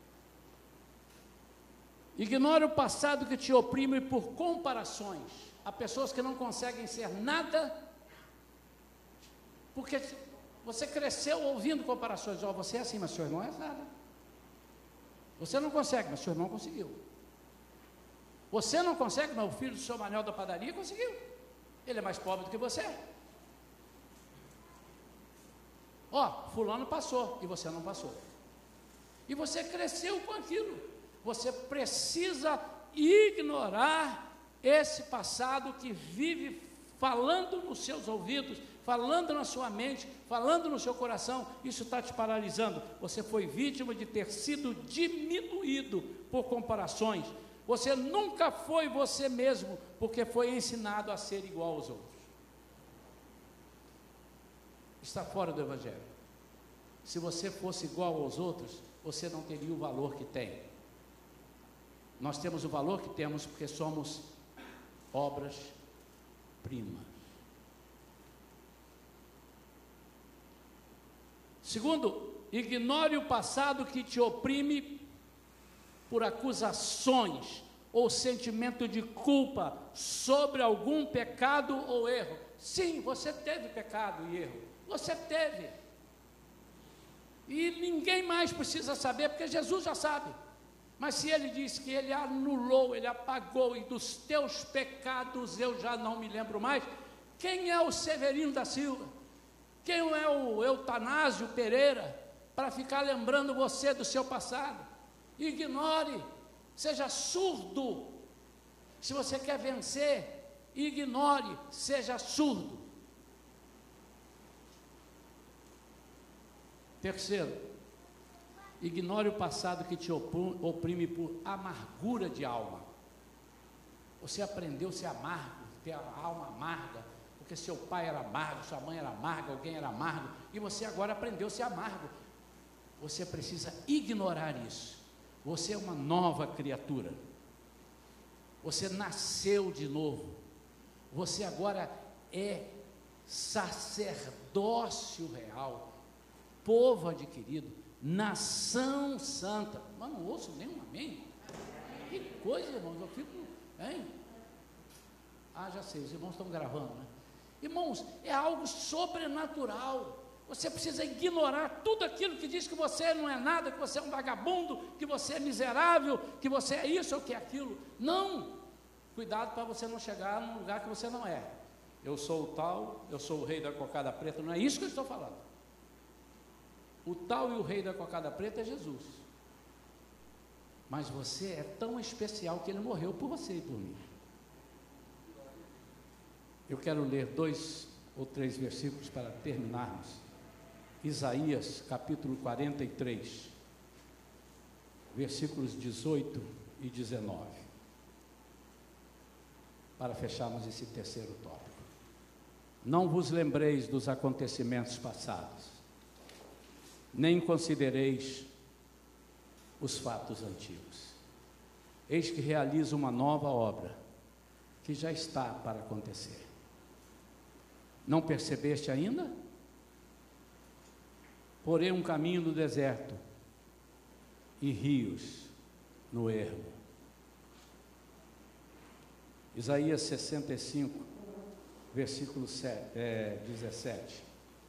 Ignore o passado que te oprime por comparações. Há pessoas que não conseguem ser nada, porque você cresceu ouvindo comparações. Ó, você é assim, mas o senhor não é nada. Você não consegue, mas o senhor não conseguiu. Você não consegue, mas o filho do senhor Manuel da padaria conseguiu. Ele é mais pobre do que você. Ó, fulano passou e você não passou. E você cresceu com aquilo. Você precisa ignorar esse passado que vive falando nos seus ouvidos, falando na sua mente, falando no seu coração. Isso está te paralisando. Você foi vítima de ter sido diminuído por comparações. Você nunca foi você mesmo, porque foi ensinado a ser igual aos outros. Está fora do Evangelho. Se você fosse igual aos outros, você não teria o valor que tem. Nós temos o valor que temos porque somos obras-primas. Segundo, ignore o passado que te oprime por acusações ou sentimento de culpa sobre algum pecado ou erro. Sim, você teve pecado e erro. Você teve. E ninguém mais precisa saber, porque Jesus já sabe. Mas se ele diz que ele anulou, ele apagou, e dos teus pecados eu já não me lembro mais, quem é o Severino da Silva? Quem é o Eutanásio Pereira para ficar lembrando você do seu passado? Ignore, seja surdo. Se você quer vencer, ignore, seja surdo. Terceiro, ignore o passado que te oprime por amargura de alma. Você aprendeu a ser amargo, ter a alma amarga, porque seu pai era amargo, sua mãe era amarga, alguém era amargo, e você agora aprendeu a ser amargo. Você precisa ignorar isso. Você é uma nova criatura. Você nasceu de novo. Você agora é sacerdócio real, povo adquirido, nação santa. Mas não ouço nenhum amém. Que coisa, irmãos, eu fico, hein? Ah, já sei, os irmãos estão gravando, né? Irmãos, é algo sobrenatural. Você precisa ignorar tudo aquilo que diz que você não é nada, que você é um vagabundo, que você é miserável, que você é isso ou que é aquilo. Não! Cuidado para você não chegar num lugar que você não é. Eu sou o tal, eu sou o rei da cocada preta. Não é isso que eu estou falando. O tal e o rei da cocada preta é Jesus. Mas você é tão especial que ele morreu por você e por mim. Eu quero ler 2 ou 3 versículos para terminarmos. Isaías capítulo 43, versículos 18 e 19. Para fecharmos esse terceiro tópico. Não vos lembreis dos acontecimentos passados, nem considereis os fatos antigos. Eis que realizo uma nova obra, que já está para acontecer. Não percebeste ainda? Porém um caminho no deserto, e rios no ermo. Isaías 65, versículo 17.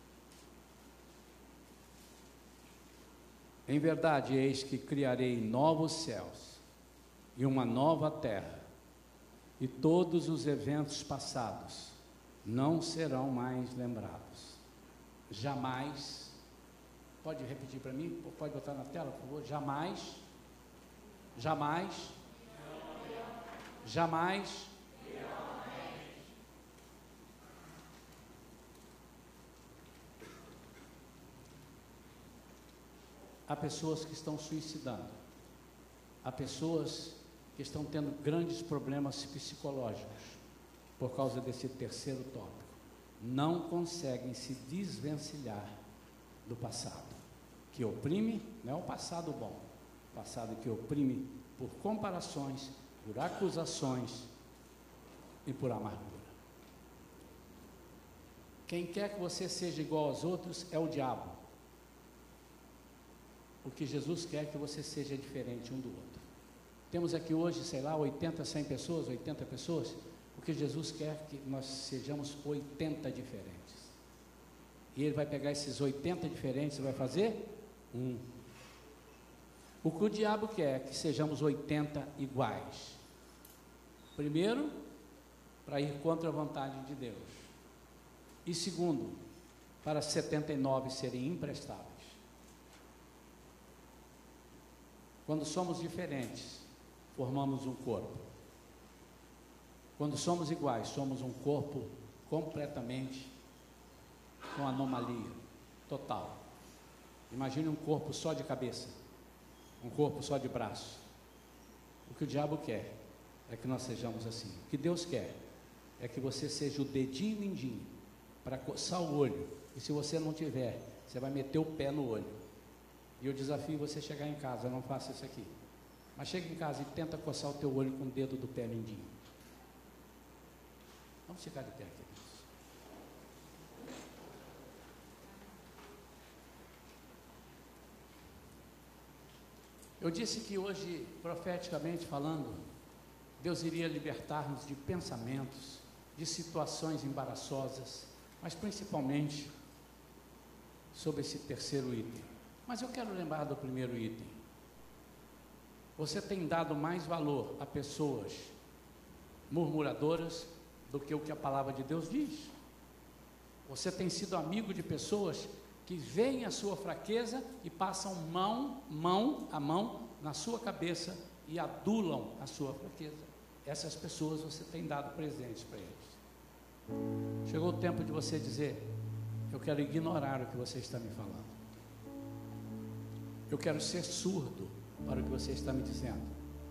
Em verdade, eis que criarei novos céus e uma nova terra, e todos os eventos passados não serão mais lembrados. Jamais, pode repetir para mim? Pode botar na tela, por favor? Jamais, jamais, jamais. Há pessoas que estão suicidando, há pessoas que estão tendo grandes problemas psicológicos por causa desse terceiro tópico. Não conseguem se desvencilhar do passado, que oprime, não é o passado bom, o passado que oprime por comparações, por acusações e por amargura. Quem quer que você seja igual aos outros é o diabo. O que Jesus quer é que você seja diferente um do outro. Temos aqui hoje, sei lá, 80, 100 pessoas, 80 pessoas, porque Jesus quer que nós sejamos 80 diferentes. E Ele vai pegar esses 80 diferentes e vai fazer um. O que o diabo quer é que sejamos 80 iguais. Primeiro, para ir contra a vontade de Deus. E segundo, para 79 serem imprestáveis. Quando somos diferentes, formamos um corpo. Quando somos iguais, somos um corpo completamente com anomalia total. Imagine um corpo só de cabeça, um corpo só de braço. O que o diabo quer é que nós sejamos assim. O que Deus quer é que você seja o dedinho mindinho para coçar o olho. E se você não tiver, você vai meter o pé no olho. E eu desafio você a chegar em casa, não faça isso aqui. Mas chega em casa e tenta coçar o teu olho com o dedo do pé mindinho. Vamos ficar de pé aqui. Eu disse que hoje, profeticamente falando, Deus iria libertar-nos de pensamentos, de situações embaraçosas, mas principalmente sobre esse terceiro item. Mas eu quero lembrar do primeiro item. Você tem dado mais valor a pessoas murmuradoras do que o que a palavra de Deus diz. Você tem sido amigo de pessoas que veem a sua fraqueza e passam mão a mão na sua cabeça e adulam a sua fraqueza. Essas pessoas você tem dado presentes para eles. Chegou o tempo de você dizer: eu quero ignorar o que você está me falando. Eu quero ser surdo para o que você está me dizendo.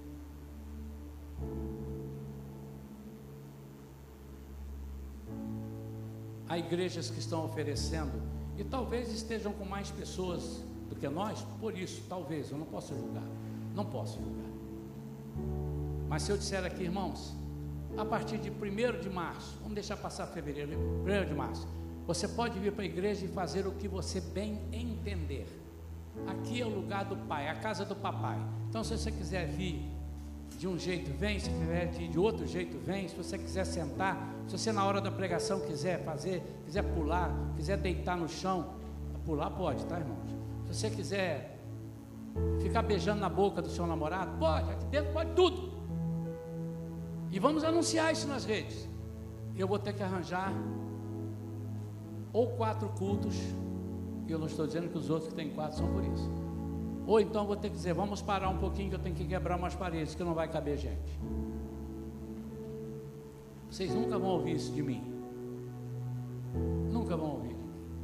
Há igrejas que estão oferecendo, e talvez estejam com mais pessoas do que nós, por isso, talvez, eu não posso julgar. Não posso julgar. Mas se eu disser aqui, irmãos, a partir de 1º de março, vamos deixar passar fevereiro, 1º de março, você pode vir para a igreja e fazer o que você bem entender. Aqui é o lugar do pai, a casa do papai. Então, se você quiser vir de um jeito, vem. Se quiser vir de outro jeito, vem. Se você quiser sentar, se você na hora da pregação quiser fazer, quiser pular, quiser deitar no chão, pular pode, tá, irmãos? Se você quiser ficar beijando na boca do seu namorado, pode, aqui dentro pode tudo. E vamos anunciar isso nas redes. Eu vou ter que arranjar ou 4 cultos. E eu não estou dizendo que os outros que têm 4 são por isso. Ou então vou ter que dizer: vamos parar um pouquinho, que eu tenho que quebrar umas paredes, que não vai caber gente. Vocês nunca vão ouvir isso de mim. Nunca vão ouvir.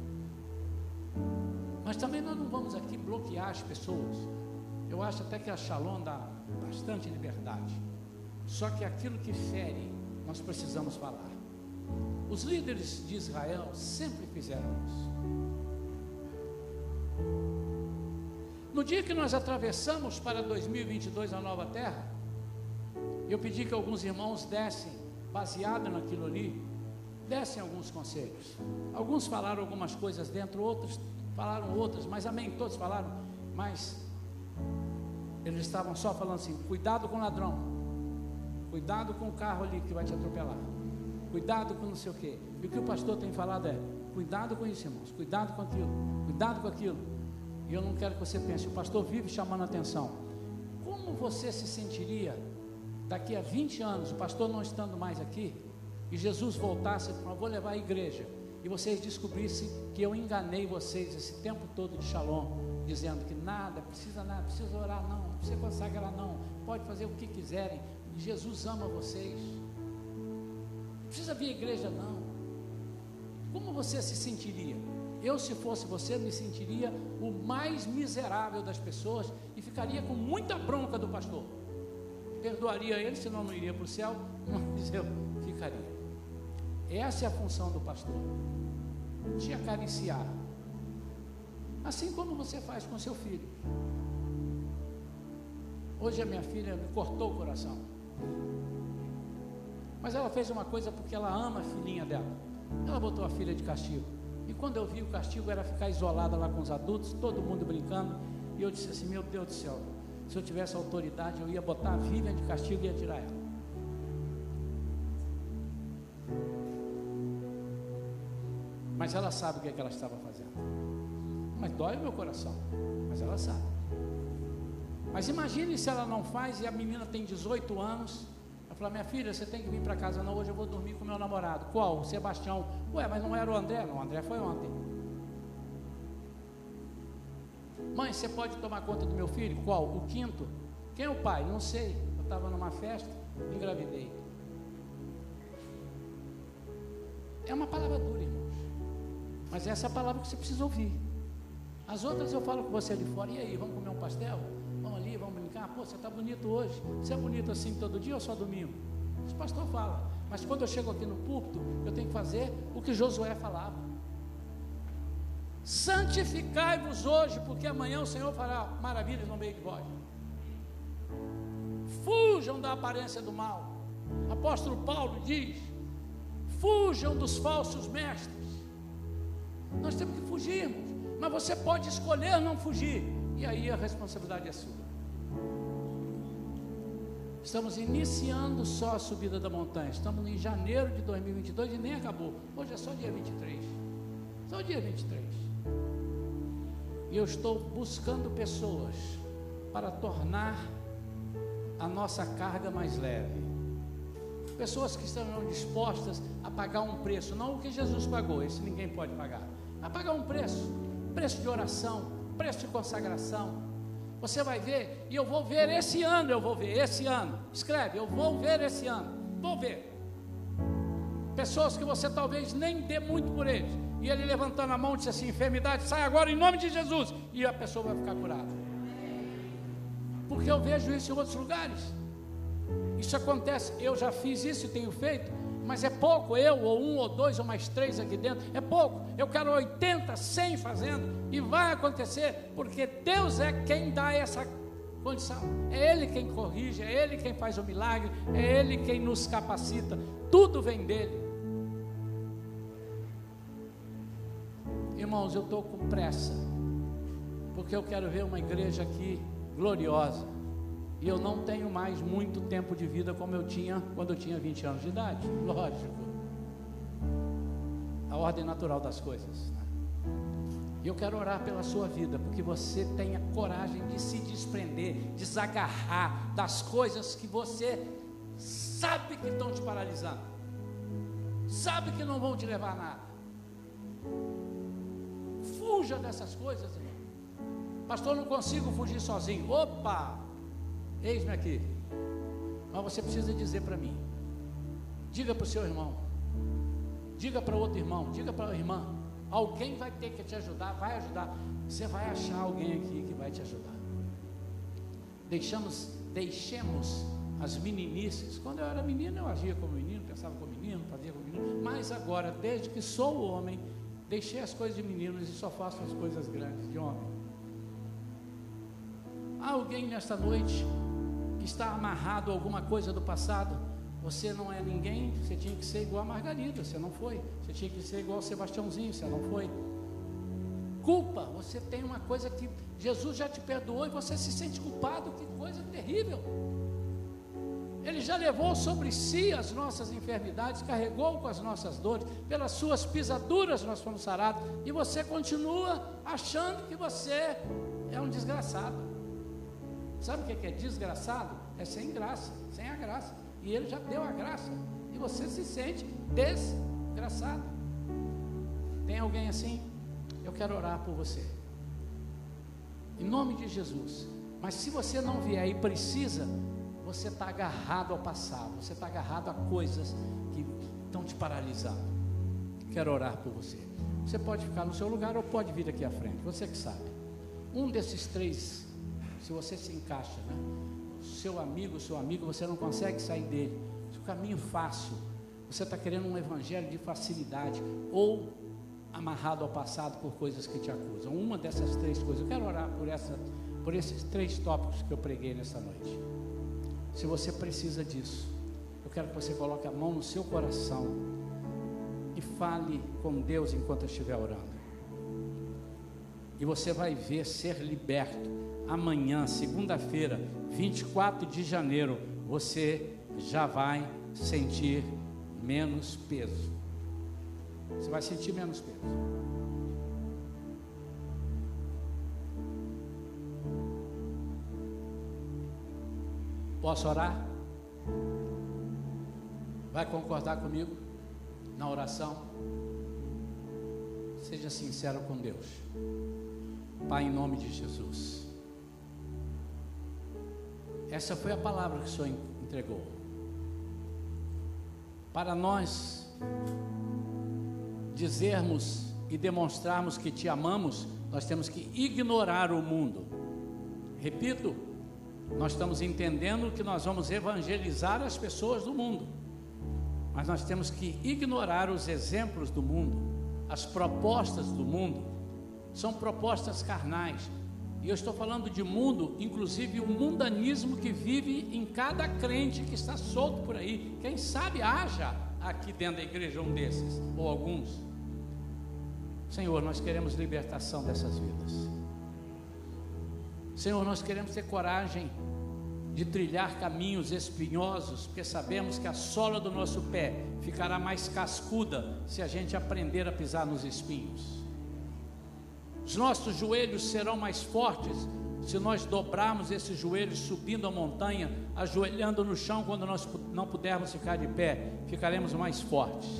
Mas também nós não vamos aqui bloquear as pessoas. Eu acho até que a Shalom dá bastante liberdade. Só que aquilo que fere, nós precisamos falar. Os líderes de Israel sempre fizeram isso. No dia que nós atravessamos para 2022 a nova terra, eu pedi que alguns irmãos dessem, baseado naquilo ali, dessem alguns conselhos. Alguns falaram algumas coisas dentro, outros falaram outras, mas amém, todos falaram, mas eles estavam só falando assim: cuidado com o ladrão, cuidado com o carro ali que vai te atropelar, cuidado com não sei o quê. E o que o pastor tem falado é, cuidado com isso, irmãos, cuidado com aquilo, cuidado com aquilo. E eu não quero que você pense, o pastor vive chamando a atenção. Como você se sentiria daqui a 20 anos, o pastor não estando mais aqui, e Jesus voltasse, eu vou levar a igreja, e vocês descobrissem que eu enganei vocês esse tempo todo de Shalom, dizendo que nada, precisa orar não precisa consagrar não, pode fazer o que quiserem, Jesus ama vocês, não precisa vir à igreja não. Como você se sentiria? Eu, se fosse você, me sentiria o mais miserável das pessoas e ficaria com muita bronca do pastor. Perdoaria ele, senão não iria para o céu, mas eu ficaria. Essa é a função do pastor, te acariciar, assim como você faz com seu filho. Hoje a minha filha me cortou o coração, mas ela fez uma coisa porque ela ama a filhinha dela. Ela botou a filha de castigo, e quando eu vi, o castigo era ficar isolada lá com os adultos, todo mundo brincando, e eu disse assim, meu Deus do céu, se eu tivesse autoridade, eu ia botar a Vivian de castigo e ia tirar ela. Mas ela sabe o que é que ela estava fazendo. Mas dói o meu coração, mas ela sabe. Mas imagine se ela não faz e a menina tem 18 anos. Ela fala, minha filha, você tem que vir para casa. Não, hoje eu vou dormir com meu namorado. Qual? O Sebastião. Ué, mas não era o André? Não, o André foi ontem. Mãe, você pode tomar conta do meu filho? Qual? O quinto. Quem é o pai? Não sei. Eu estava numa festa, engravidei. É uma palavra dura, irmãos, mas essa é a palavra que você precisa ouvir. As outras eu falo com você ali fora. E aí, vamos comer um pastel? Vamos ali, vamos brincar? Pô, você está bonito hoje. Você é bonito assim todo dia ou só domingo? O pastor fala. Mas quando eu chego aqui no púlpito, eu tenho que fazer o que Josué falava. Santificai-vos hoje, porque amanhã o Senhor fará maravilhas no meio de vós. Fujam da aparência do mal. Apóstolo Paulo diz, fujam dos falsos mestres. Nós temos que fugirmos, mas você pode escolher não fugir, e aí a responsabilidade é sua. Estamos iniciando só a subida da montanha, estamos em janeiro de 2022 e nem acabou, hoje é só dia 23, só dia 23, e eu estou buscando pessoas para tornar a nossa carga mais leve, pessoas que estão dispostas a pagar um preço, não o que Jesus pagou, esse ninguém pode pagar, a pagar um preço de oração, preço de consagração. Você vai ver, e eu vou ver esse ano, escreve, eu vou ver esse ano, vou ver, pessoas que você talvez nem dê muito por eles, e ele levantando a mão disse assim, enfermidade, sai agora em nome de Jesus, e a pessoa vai ficar curada, porque eu vejo isso em outros lugares, isso acontece, eu já fiz isso e tenho feito, mas é pouco, eu, ou um, ou dois, ou mais três aqui dentro, é pouco, eu quero 80, 100 fazendo, e vai acontecer, porque Deus é quem dá essa condição, é Ele quem corrige, é Ele quem faz o milagre, é Ele quem nos capacita, tudo vem dEle. Irmãos, eu estou com pressa, porque eu quero ver uma igreja aqui gloriosa, e eu não tenho mais muito tempo de vida como eu tinha quando eu tinha 20 anos de idade, lógico, a ordem natural das coisas. E eu quero orar pela sua vida, porque você tenha coragem de se desprender, desagarrar das coisas que você sabe que estão te paralisando, sabe que não vão te levar a nada. Fuja dessas coisas, irmão. Pastor, não consigo fugir sozinho. Opa! Eis-me aqui. Mas você precisa dizer para mim. Diga para o seu irmão. Diga para outro irmão. Diga para a irmã. Alguém vai ter que te ajudar. Vai ajudar. Você vai achar alguém aqui que vai te ajudar. Deixemos as meninices. Quando eu era menino, eu agia como menino, pensava como menino, fazia como menino. Mas agora, desde que sou homem, deixei as coisas de meninos e só faço as coisas grandes de homem. Há alguém nesta noite que está amarrado a alguma coisa do passado? Você não é ninguém, você tinha que ser igual a Margarida, você não foi. Você tinha que ser igual a Sebastiãozinho, você não foi. Culpa, você tem uma coisa que Jesus já te perdoou e você se sente culpado, que coisa terrível. Ele já levou sobre si as nossas enfermidades, carregou com as nossas dores, pelas suas pisaduras nós fomos sarados, e você continua achando que você é um desgraçado. Sabe o que é desgraçado? É sem graça, sem a graça, e Ele já deu a graça, e você se sente desgraçado. Tem alguém assim? Eu quero orar por você, em nome de Jesus. Mas se você não vier e precisa, você está agarrado ao passado, você está agarrado a coisas que estão te paralisando. Quero orar por você. Você pode ficar no seu lugar ou pode vir aqui à frente, você que sabe. Um desses três, se você se encaixa, né? Seu amigo, você não consegue sair dele. O caminho fácil, você está querendo um evangelho de facilidade, ou amarrado ao passado por coisas que te acusam. Uma dessas três coisas, eu quero orar por esses três tópicos que eu preguei nessa noite. Se você precisa disso, eu quero que você coloque a mão no seu coração e fale com Deus enquanto eu estiver orando. E você vai ver ser liberto. Amanhã, segunda-feira, 24 de janeiro, você já vai sentir menos peso. Você vai sentir menos peso. Posso orar? Vai concordar comigo na oração? Seja sincero com Deus. Pai, em nome de Jesus, essa foi a palavra que o Senhor entregou. Para nós dizermos e demonstrarmos que te amamos, nós temos que ignorar o mundo. Repito, nós estamos entendendo que nós vamos evangelizar as pessoas do mundo, mas nós temos que ignorar os exemplos do mundo, as propostas do mundo. São propostas carnais, e eu estou falando de mundo, inclusive o mundanismo que vive em cada crente que está solto por aí. Quem sabe haja aqui dentro da igreja um desses, ou alguns. Senhor, nós queremos libertação dessas vidas. Senhor, nós queremos ter coragem de trilhar caminhos espinhosos, porque sabemos que a sola do nosso pé ficará mais cascuda se a gente aprender a pisar nos espinhos. Os nossos joelhos serão mais fortes se nós dobrarmos esses joelhos subindo a montanha, ajoelhando no chão. Quando nós não pudermos ficar de pé, ficaremos mais fortes.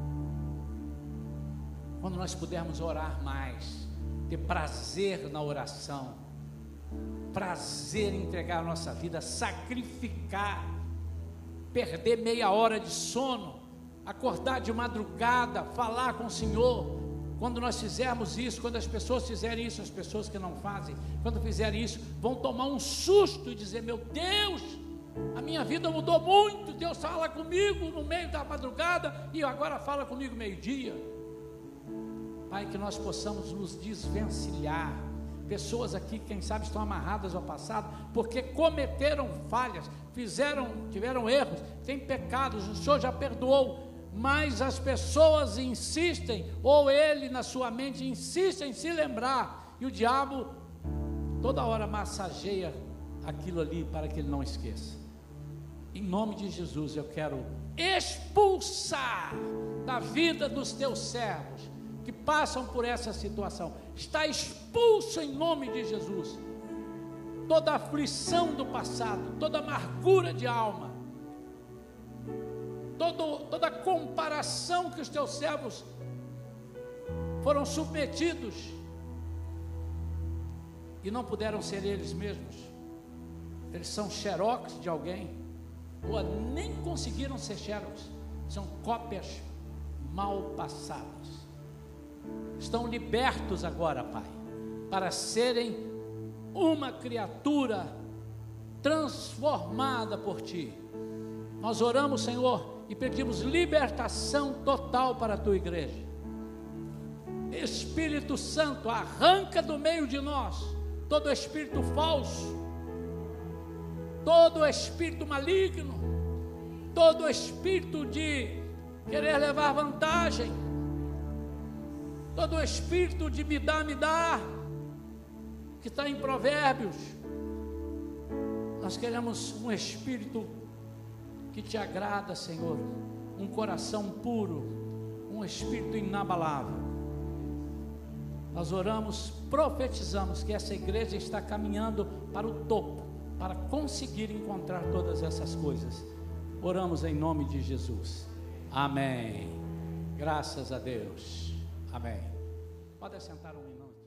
Quando nós pudermos orar mais, ter prazer na oração, prazer em entregar a nossa vida, sacrificar, perder meia hora de sono, acordar de madrugada, falar com o Senhor. Quando nós fizermos isso, quando as pessoas fizerem isso, as pessoas que não fazem, quando fizerem isso, vão tomar um susto e dizer: meu Deus, a minha vida mudou muito. Deus fala comigo no meio da madrugada e agora fala comigo meio-dia. Pai, que nós possamos nos desvencilhar. Pessoas aqui, quem sabe, estão amarradas ao passado, porque cometeram falhas, tiveram erros, têm pecados, o Senhor já perdoou, mas as pessoas insistem, ou ele na sua mente insiste em se lembrar, e o diabo toda hora massageia aquilo ali para que ele não esqueça. Em nome de Jesus, eu quero expulsar da vida dos teus servos que passam por essa situação, está expulso em nome de Jesus, toda aflição do passado, toda amargura de alma, toda comparação que os teus servos foram submetidos e não puderam ser eles mesmos. Eles são xerox de alguém, ou nem conseguiram ser xerox, são cópias mal passadas. Estão libertos agora, Pai, para serem uma criatura transformada por Ti. Nós oramos, Senhor, e pedimos libertação total para a Tua igreja. Espírito Santo, arranca do meio de nós todo espírito falso, todo espírito maligno, todo espírito de querer levar vantagem, todo espírito de me dá, que está em Provérbios. Nós queremos um espírito que te agrada, Senhor, um coração puro, um espírito inabalável. Nós oramos, profetizamos que essa igreja está caminhando para o topo, para conseguir encontrar todas essas coisas. Oramos em nome de Jesus. Amém. Graças a Deus. Amém. Pode assentar um minuto.